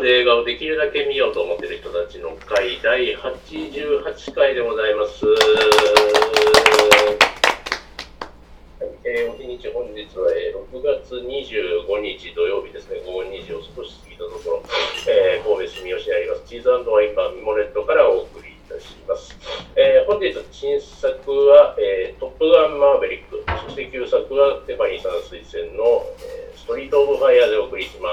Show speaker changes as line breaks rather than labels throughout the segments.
で映画をできるだけ見ようと思っている人たちの会第88回でございます。お日にち本日は6月25日土曜日ですね、午後2時を少し過ぎたところ、神戸住吉にありますチーズ&ワインバーミモレットからお送りいたします。本日新作は、トップガンマーヴェリック、そして旧作はテファニーさん推薦の、ストリートオブファイヤーでお送りします。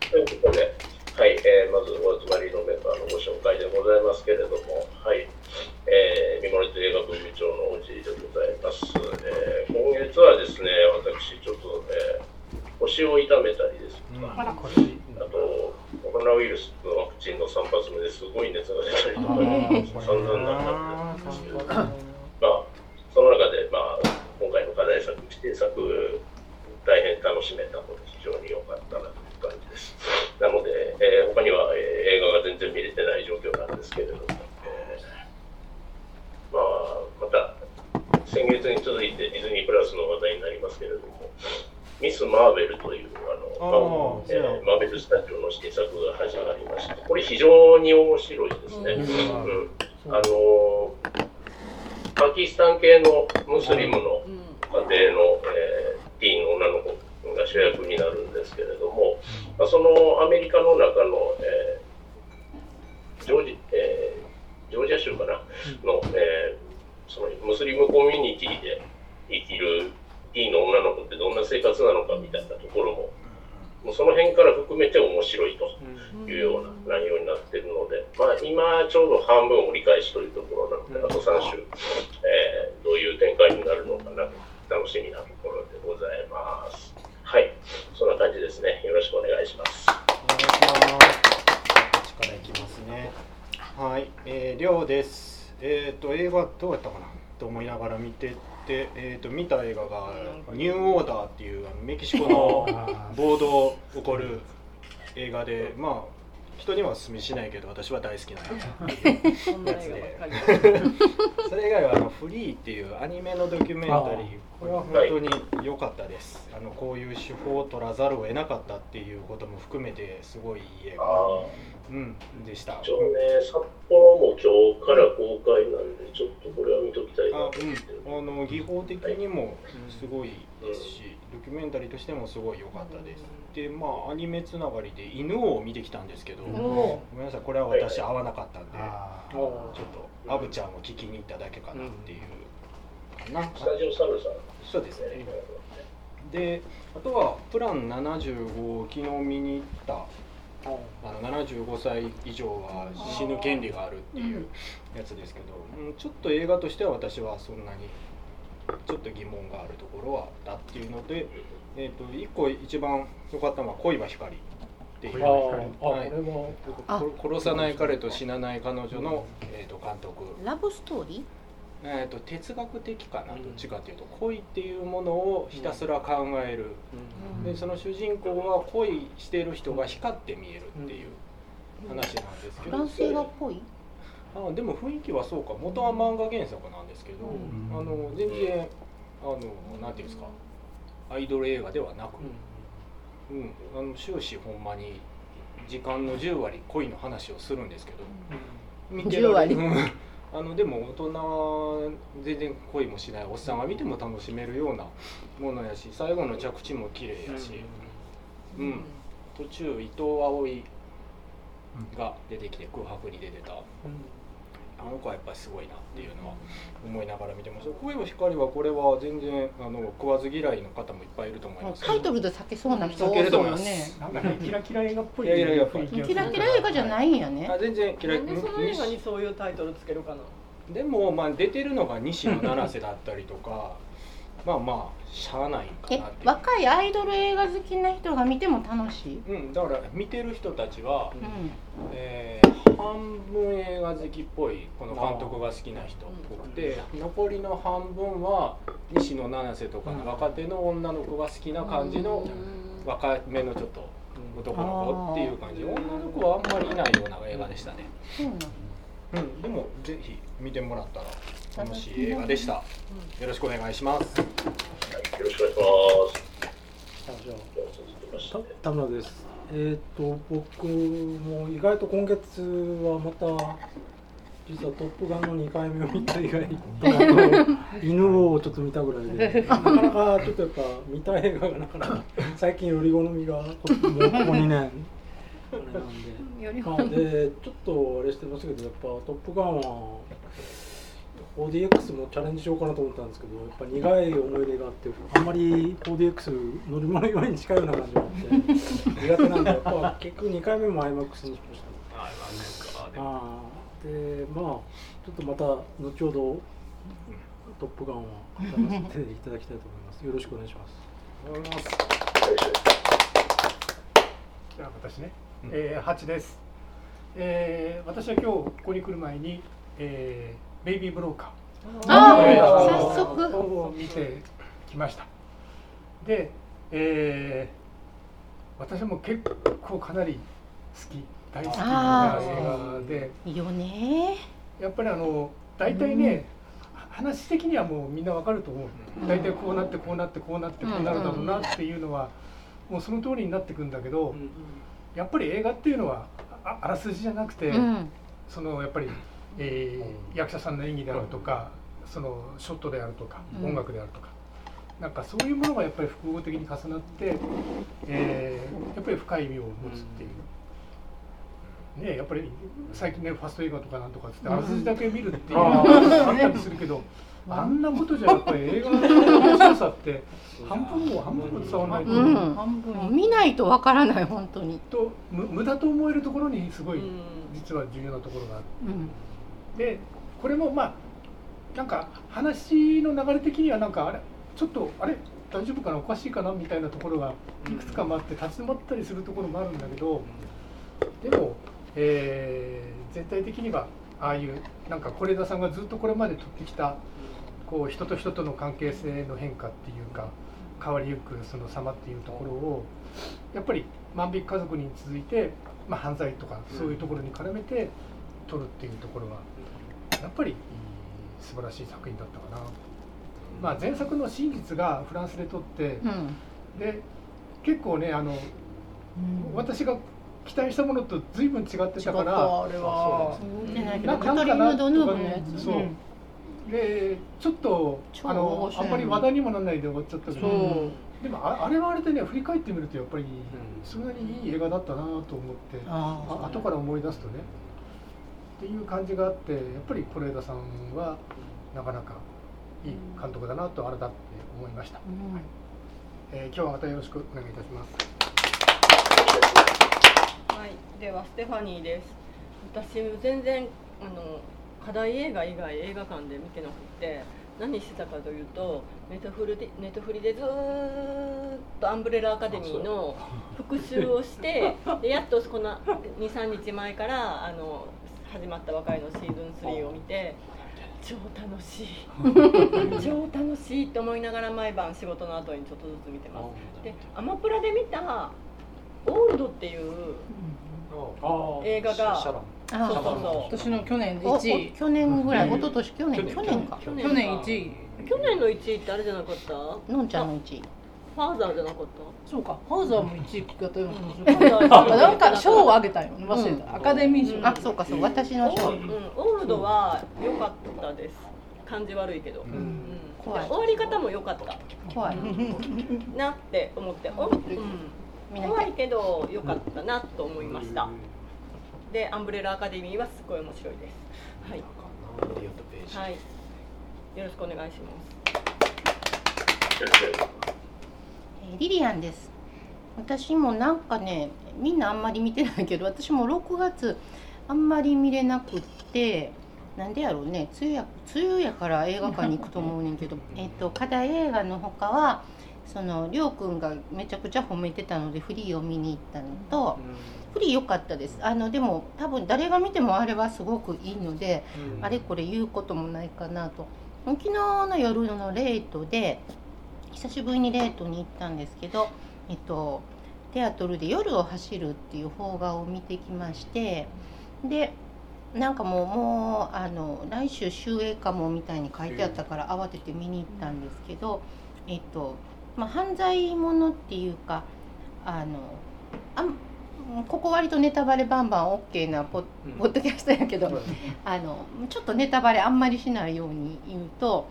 ということで、はい、まずお集まりのメンバーのご紹介でございますけれども、はい、ミモレット映画部部長のおじいでございます。今月はですね、私ちょっと、腰を痛めたりですとか、あとコロナウイルスのワクチンの3発目ですごい熱が出たりとか、散々なったんですけど、まあその中で、今回の課題作、指定作、大変楽しめたので非常に良かったなという感じです。なので、他には、映画が全然見れてない状況なんですけれども、また先月に続いてディズニープラスの話題になりますけれども、ミス・マーベルというマーベルスタジオの新作が始まりました。これ非常に面白いですね。パキスタン系のムスリムの家庭の、ティーンの女の子が主役になるんですけれども、そのアメリカの中の、ジョージア州かなの、そのムスリムコミュニティで生きるティーンの女の子ってどんな生活なのかみたいなところもうその辺から含めて面白いというような内容になっているので、今ちょうど半分折り返しというところなので、あと3週、どういう展開になるのかなと楽しみなところでございます。はい、そんな感じですね。よろしくお願いします。
お願いします。こっちからいきますね。はい、りょうです。映画どうやったかなと思いながら見てて、見た映画がニューオーダーっていうメキシコの暴動起こる映画で、人にはお勧めしないけど私は大好きなやつでそれ以外はフリーっていうアニメのドキュメンタリー、これは本当に良かったです。こういう手法を取らざるを得なかったっていうことも含めてすごいいい映画でした。
一応ね、札幌も今日から公開なんでちょっとこれは見ときたいなと思って。
技法的にもすごいですし、ドキュメンタリーとしてもすごい良かったです。で、アニメつながりで犬王を見てきたんですけど、ごめんなさい、これは私合わなかったんで、ちょっとアブちゃんを聞きに行っただけかなっていうかな。
スタジオサルさん。
そうですね。で、あとはプラン75を昨日見に行った。75歳以上は死ぬ権利があるっていうやつですけど、ちょっと映画としては私はそんなにちょっと疑問があるところはあったっていうので、一個一番良かったのは恋は光っていう、殺さない彼と死なない彼女の、監督。
ラブストーリー？
哲学的かな、どっちかというと恋っていうものをひたすら考える、でその主人公は恋している人が光って見えるっていう話なんですけど、
男性が恋？
でも雰囲気はそうか、元は漫画原作なんですけど、全然なんていうんですか、アイドル映画ではなく、終始ほんまに時間の10割恋の話をするんですけど、
10割
でも大人は全然恋もしないおっさんが見ても楽しめるようなものやし、最後の着地も綺麗やし、途中伊藤葵が出てきて空白に出てた、あの子はやっぱりすごいなっていうのは思いながら見てました。恋は光はこれは全然食わず嫌いの方もいっぱいいると思います。
タイトルで避けそうな人多そうよね。
キラキラ映画っぽい。
キラキラ映画じゃないんやね。
全然キラキラ。
なんでその映画にそういうタイトルつけるかな。
でも出てるのが西野七瀬だったりとか、しゃあないかなって。
若いアイドル映画好きな人が見ても楽しい？
だから見てる人たちは、半分映画好きっぽいこの監督が好きな人っぽくて、残りの半分は西野七瀬とかの若手の女の子が好きな感じの若めのちょっと男の子っていう感じ。女の子はあんまりいないような映画でしたね。でもぜひ見てもらったら楽しい映画でした。よろしくお願いします。
よろしくお願いします。
田村です。
僕も意外と今月はまた実はトップガンの2回目を見た以外と犬をちょっと見たぐらいでなかなかちょっとやっぱ見たい映画がなかなか最近より好みがもうここ2年あれなんででちょっとあれしてますけどやっぱトップガンは 4DX もチャレンジしようかなと思ったんですけどやっぱ苦い思い出があってあんまり 4DX 乗り物以外に近いような感じがあって苦手なんでやっぱ結局2回目も IMAX にしました。でまあちょっとまた後ほどトップガンは語らせていただきたいと思います。よろしくお願いします。
じゃあ私ね、8です。私は今日ここに来る前に、ベイビーブローカー
早速
を見てきました。で、私も結構かなり好き大好きな映画で
いいよね。
やっぱり大体ね、話的にはもうみんなわかると思う。大体こうなってこうなってこうなってこうなるだろうなっていうのはもうその通りになってくんだけど、やっぱり映画っていうのはあらすじじゃなくて、そのやっぱり、役者さんの演技であるとか、そのショットであるとか、音楽であるとか、なんかそういうものがやっぱり複合的に重なって、やっぱり深い意味を持つっていう。ね、やっぱり最近ねファスト映画とかなんとかつってあらすじだけ見るっていうのがあったりするけど、あんなことじゃやっぱり映画の面白さって半分も伝わらないと、
半分見ないとわからない本当に。
と無駄と思えるところにすごい実は重要なところがある。でこれもまあなんか話の流れ的にはなんかあれちょっとあれ大丈夫かなおかしいかなみたいなところがいくつかもあって立ち止まったりするところもあるんだけど、でも全体的にはああいうなんか是枝さんがずっとこれまで撮ってきたこう人と人との関係性の変化っていうか変わりゆくその様っていうところをやっぱり万引き家族に続いて、まあ、犯罪とかそういうところに絡めて撮るっていうところはやっぱり素晴らしい作品だったかな。まあ、前作の真実がフランスで撮って、で結構ね私が期待したものと随分違ってたから、
あれはカタリーナ・ドヌーブのやつ。
そうでちょっとあんまり話題にもならないで終わっちゃったけど、でもあれはあれでね振り返ってみるとやっぱりそんなにいい映画だったなと思って後から思い出すとねっていう感じがあって、やっぱり是枝さんはなかなかいい監督だなと改めて思いました。今日はまたよろしくお願いいたします。
はい、ではステファニーです。私全然課題映画以外映画館で見てなくて、何してたかというとネットフリでずーっとアンブレラアカデミーの復習をしてでやっとこの 2,3 日前から始まったばかりのシーズン3を見て超楽しい超楽しいと思いながら毎晩仕事の後にちょっとずつ見てます。でアマプラで見たオールドっていう映画がそう
私の去年1位
去年ぐらい一昨年去年か
去年1位
去年の1位ってあれじゃなかった？
のんちゃんの1位
ファーザーじゃなかった？
そうかファーザーも1位聞かったような気がするなんか賞をあげたよね忘れたアカデミー賞
あそうかそう私の賞
オールドは良かったです。感じ悪いけど終わり方も良かった
怖い
なって思って怖いけど良かったなと思いました。でアンブレラアカデミーはすごい面白いです。はい、はい、よろしくお願いします。
リリアンです。私もなんかねみんなあんまり見てないけど私も6月あんまり見れなくってなんでやろうね梅雨やから映画館に行くと思うねんけど課題映画の他はそのりょうくんがめちゃくちゃ褒めてたのでフリーを見に行ったのと、フリー良かったです。でも多分誰が見てもあれはすごくいいので、あれこれ言うこともないかなと。昨日の夜のレートで久しぶりにレートに行ったんですけど、テアトルで夜を走るっていう邦画を見てきまして、でなんかもう来週終映かもみたいに書いてあったから慌てて見に行ったんですけど、まあ、犯罪ものっていうかここ割とネタバレバンバン OK なポッドキャストやけど、ちょっとネタバレあんまりしないように言うと、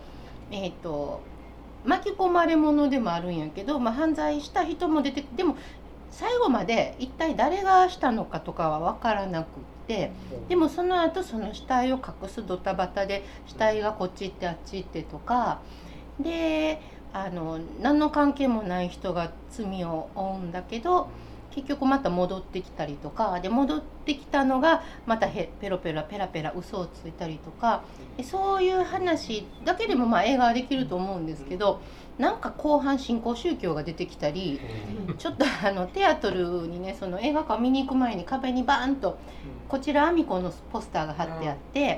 巻き込まれ者でもあるんやけど、犯罪した人も出て、でも最後まで一体誰がしたのかとかは分からなくって、でもその後その死体を隠すドタバタで死体がこっち行ってあっち行ってとかで、何の関係もない人が罪を負うんだけど結局また戻ってきたりとかで、戻ってきたのがまたペラペラ嘘をついたりとか、そういう話だけでも映画はできると思うんですけど、なんか後半新興宗教が出てきたり、ちょっとテアトルにね、その映画館見に行く前に壁にバーンとこちらアミコのポスターが貼ってあって、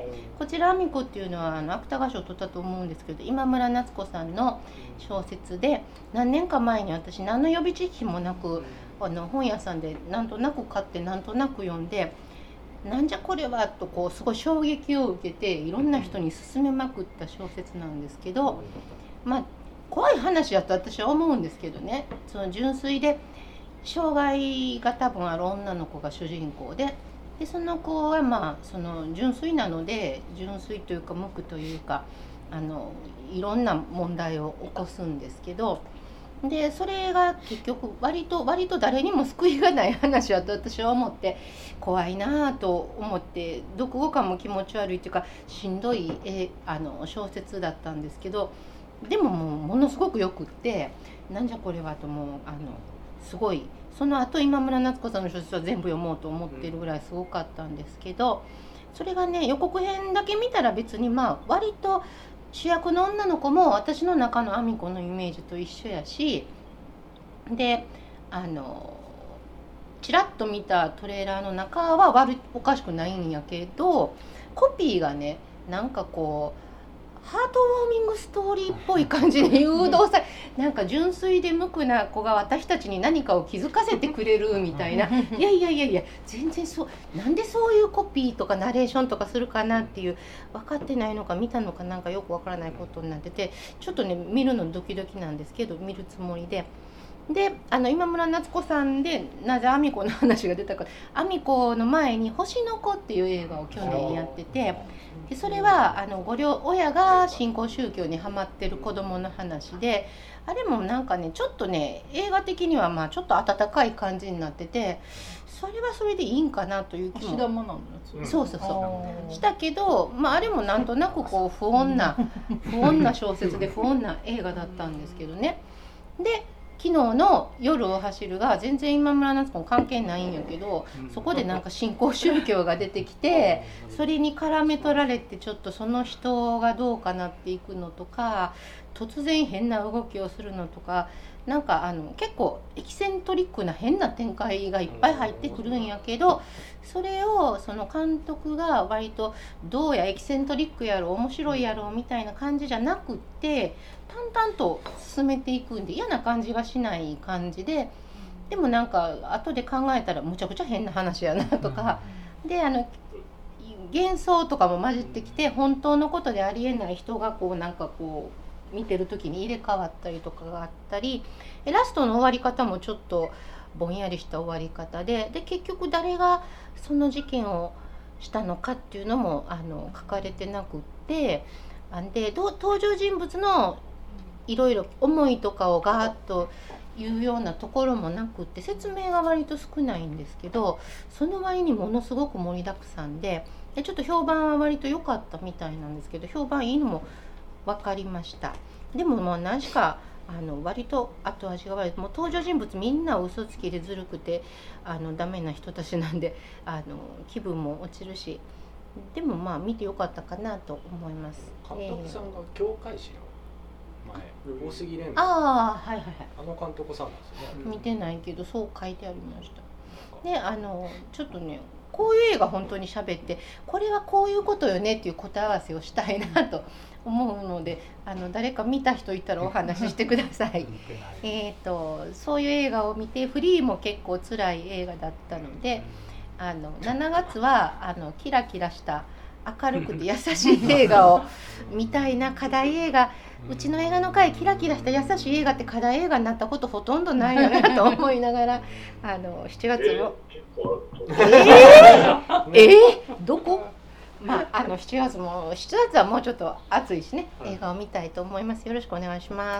こちらアミコっていうのは芥川賞を取ったと思うんですけど、今村夏子さんの小説で、何年か前に私何の予備知識もなく本屋さんでなんとなく買ってなんとなく読んで、なんじゃこれはとこうすごい衝撃を受けていろんな人に勧めまくった小説なんですけど、怖い話だと私は思うんですけどね、その純粋で障害が多分ある女の子が主人公で、その子はその純粋なので、純粋というか無垢というかいろんな問題を起こすんですけど、でそれが結局割と誰にも救いがない話だと私は思って怖いなと思って、読後感も気持ち悪いというかしんどい小説だったんですけど、でももうものすごくよくって、なんじゃこれはともうすごい、その後今村夏子さんの小説は全部読もうと思ってるぐらいすごかったんですけど、それがね予告編だけ見たら別に割と主役の女の子も私の中のアミコのイメージと一緒やし、でちらっと見たトレーラーの中はおかしくないんやけど、コピーがねなんかこうハートウォーミングストーリーっぽい感じで誘導され、なんか純粋で無垢な子が私たちに何かを気づかせてくれるみたいな、いや全然なんでそういうコピーとかナレーションとかするかなっていう、分かってないのか見たのかなんかよくわからないことになってて、ちょっとね見るのドキドキなんですけど、見るつもりで。で今村夏子さんでなぜアミコの話が出たか、アミコの前に星の子っていう映画を去年やってて、でそれは親が新興宗教にハマってる子供の話で、あれもなんかねちょっとね映画的にはちょっと温かい感じになってて、それはそれでいいんかなという気も
芦田愛菜のやつ、
そうしたけど、あれもなんとなくこう不穏な小説で不穏な映画だったんですけどね。で昨日の夜を走るが全然今村夏子も関係ないんやけど、そこでなんか新興宗教が出てきて、それに絡め取られてちょっとその人がどうかなっていくのとか、突然変な動きをするのとか、なんか結構エキセントリックな変な展開がいっぱい入ってくるんやけど、それをその監督が割とどうやエキセントリックやろ面白いやろみたいな感じじゃなくって、淡々と進めていくんで嫌な感じがしない感じで、でもなんか後で考えたらむちゃくちゃ変な話やなとかで、幻想とかも混じってきて、本当のことでありえない人がこうなんかこう見てる時に入れ替わったりとかがあったり、ラストの終わり方もちょっとぼんやりした終わり方で、結局誰がその事件をしたのかっていうのも書かれてなくって、で登場人物のいろいろ思いとかをガーッと言うようなところもなくって、説明が割と少ないんですけど、その割にものすごく盛りだくさんで、ちょっと評判は割と良かったみたいなんですけど、評判いいのも分かりました。でも何しか割と後味が悪い、もう登場人物みんな嘘つきでずるくてダメな人たちなんで気分も落ちるし、でも見てよかったかなと思います。
監督さんが教会士の前、大杉蓮、
はい
監督さんなんですよね。
見てないけどそう書いてありました。でちょっとねこういう映画本当に喋って、これはこういうことよねっていう答え合わせをしたいなと思うので、誰か見た人いたらお話ししてください。そういう映画を見て、フリーも結構辛い映画だったので、7月はキラキラした明るくて優しい映画を見たいな。課題映画、うちの映画の会キラキラした優しい映画って課題映画になったことほとんどないよなと思いながら7月もどこ7月はもうちょっと暑いしね、映画を見たいと思います。よろしくお願いします。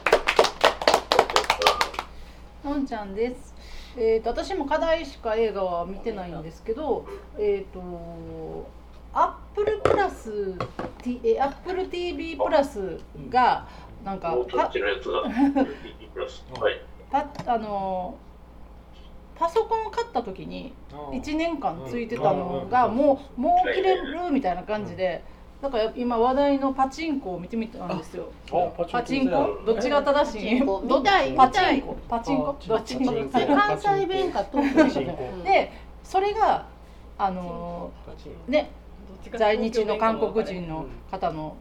のんちゃんです。私も課題しか映画は見てないんですけど、Apple プラス、Apple TV プラスがなんか
パ
ソコンを買った時に1年間ついてたのがもう切れるみたいな感じで、だから今話題のパチンコを見てみたんですよ。パチンコどっちが正しい？パチンコどっちが
関西弁かと
で、それがね、在日の韓国人の方の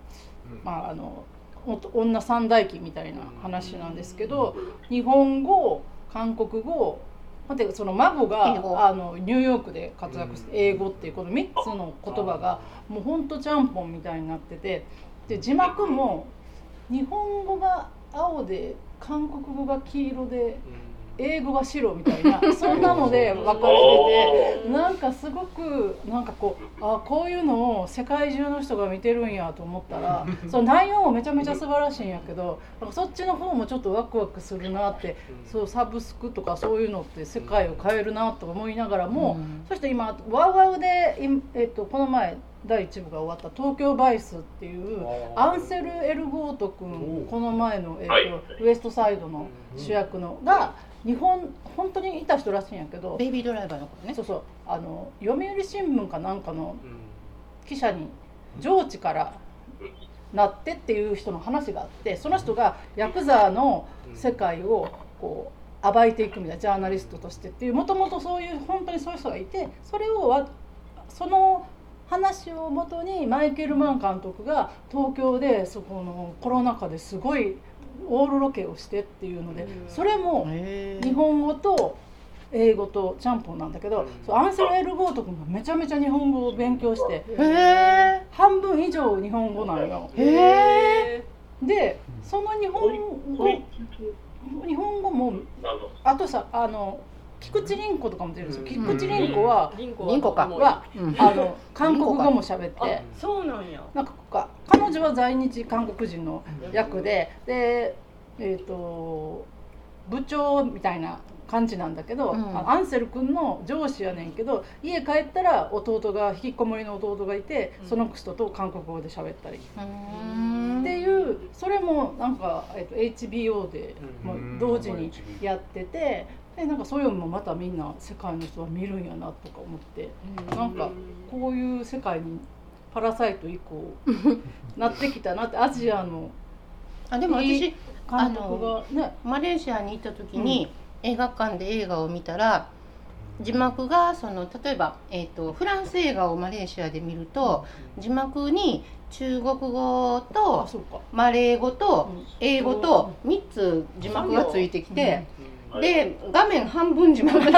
女三大忌みたいな話なんですけど、日本語、韓国語、その孫がニューヨークで活躍して英語っていうこの3つの言葉がもうほんとちゃんぽんみたいになってて、で字幕も日本語が青で韓国語が黄色で英語が白みたいなそんなので分かれてて、なんかすごくなんかこういうのを世界中の人が見てるんやと思ったらその内容もめちゃめちゃ素晴らしいんやけど、そっちの方もちょっとワクワクするなって、そうサブスクとかそういうのって世界を変えるなと思いながらも、そして今ワウワウで、この前第1部が終わった東京バイスっていうアンセル・エルゴート君、この前の、ウエストサイドの主役のが日本本当にいた人らしいんやけど、
ベイビードライバーの子ね。
そうそう、読売新聞かなんかの記者に上智からなってっていう人の話があって、その人がヤクザの世界をこう暴いていくみたいな、ジャーナリストとしてっていう、もともとそういう本当にそういう人がいて、その話をもとにマイケル・マン監督が東京でそこのコロナ禍ですごいオールロケをしてっていうので、それも日本語と英語とちゃんぽんなんだけど、アンセル・エルゴート君がめちゃめちゃ日本語を勉強して、半分以上日本語なのよ。でその日本語もあとさ、菊池凛子とかも出るんですよ。菊池凛子は韓国語も喋って、
そうなんや。
なんか彼女は在日韓国人の役で、部長みたいな感じなんだけど、アンセル君の上司やねんけど、家帰ったら引きこもりの弟がいて、その人と韓国語で喋ったりっていう、それもなんか、HBO でも同時にやってて、でなんかそういうのもまたみんな世界の人は見るんやなとか思って、なんかこういう世界にパラサイト以降なってきたなって。アジアの
でも私
監督がね、
マレーシアに行った時に、映画館で映画を見たら字幕が例えば、フランス映画をマレーシアで見ると、字幕に中国語とマレー語と英語と3つ字幕がついてきて、で画面半分字幕で結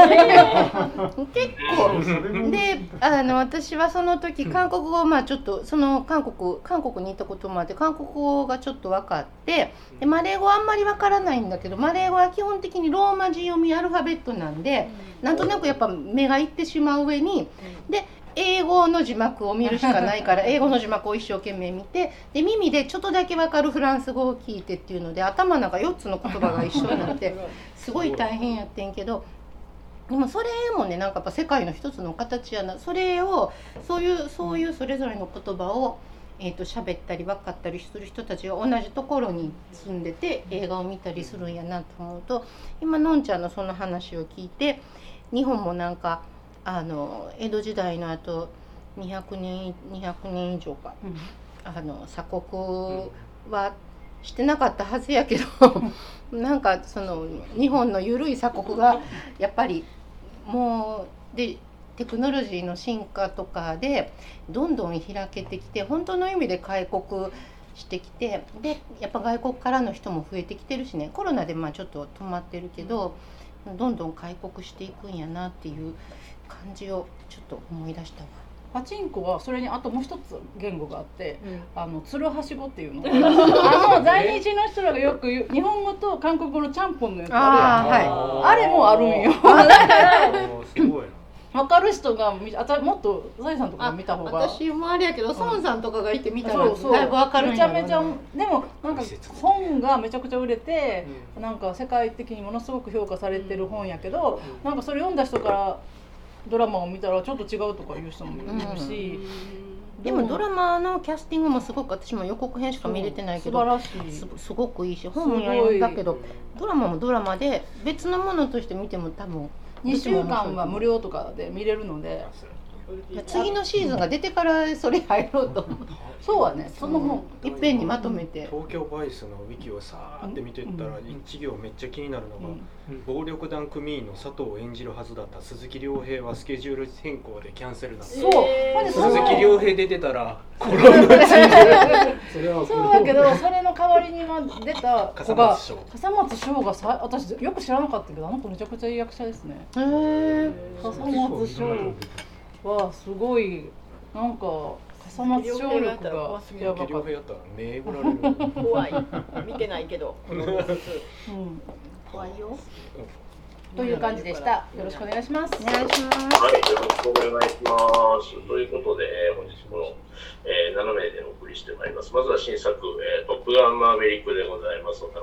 構で私はその時韓国語ちょっと韓国に行ったこともあって韓国語がちょっと分かって、でマレー語はあんまり分からないんだけど、マレー語は基本的にローマ字読みアルファベットなんで、なんとなくやっぱ目がいってしまう上に、で英語の字幕を見るしかないから英語の字幕を一生懸命見て、で耳でちょっとだけ分かるフランス語を聞いてっていうので、頭の中4つの言葉が一緒になってすごい大変やってんけど、でもそれもね、なんかやっぱ世界の一つの形やな。それをそういうそれぞれの言葉を喋ったり分かったりする人たちが同じところに住んでて映画を見たりするんやなと思うと、今のんちゃんのその話を聞いて、日本もなんか江戸時代のあと200年以上か、鎖国はしてなかったはずやけどなんか日本の緩い鎖国がやっぱりもうでテクノロジーの進化とかでどんどん開けてきて、本当の意味で開国してきて、でやっぱ外国からの人も増えてきてるしね、コロナでちょっと止まってるけど、どんどん開国していくんやなっていう感じをちょっと思い出したわ。
パチンコはそれにあともう一つ言語があって、ツルハシ語っていうの在日の人らがよく言う日本語と韓国語のチャンポンのやつあれもあるんよ。
すごいな。
分かる人がもっとザイさんとか見た方が。
私もあれやけど孫さんとかがいて見たらだいぶ分かるんやろね。
めちゃめちゃでもなんか本がめちゃくちゃ売れて、なんか世界的にものすごく評価されてる本やけど、なんかそれ読んだ人からドラマを見たらちょっと違うとかいう人もいるし。
でもドラマのキャスティングもすごく、私も予告編しか見れてないけど、
素晴らしい。
すごくいいし、本も読んだけどドラマもドラマで別のものとして見ても多分
2週間は無料とかで見れるので、
次のシーズンが出てからそれ入ろうと思う。
そうはね、その本
いっぺんにまとめて。
東京バイスのウィキをさーって見てったら一行めっちゃ気になるのが、暴力団組員の佐藤を演じるはずだった鈴木亮平はスケジュール変更でキャンセルだった。
そう
鈴木亮平出てたら
そうだけど、それの代わりに出た子が笠松翔が私よく知らなかったけど、あの子めちゃくちゃいい役者ですね。笠松翔はすごい、なんか笠松翔力がやばかった。
目ぐられる。
怖い。見てないけど。
怖いよ。
という感じでした。よろしくお願いします。
お願いします。
はい、よろしくお願いします。ということで、本日この、7名でお送りしてまいります。まずは新作、トップガンマーヴェリックでございます。お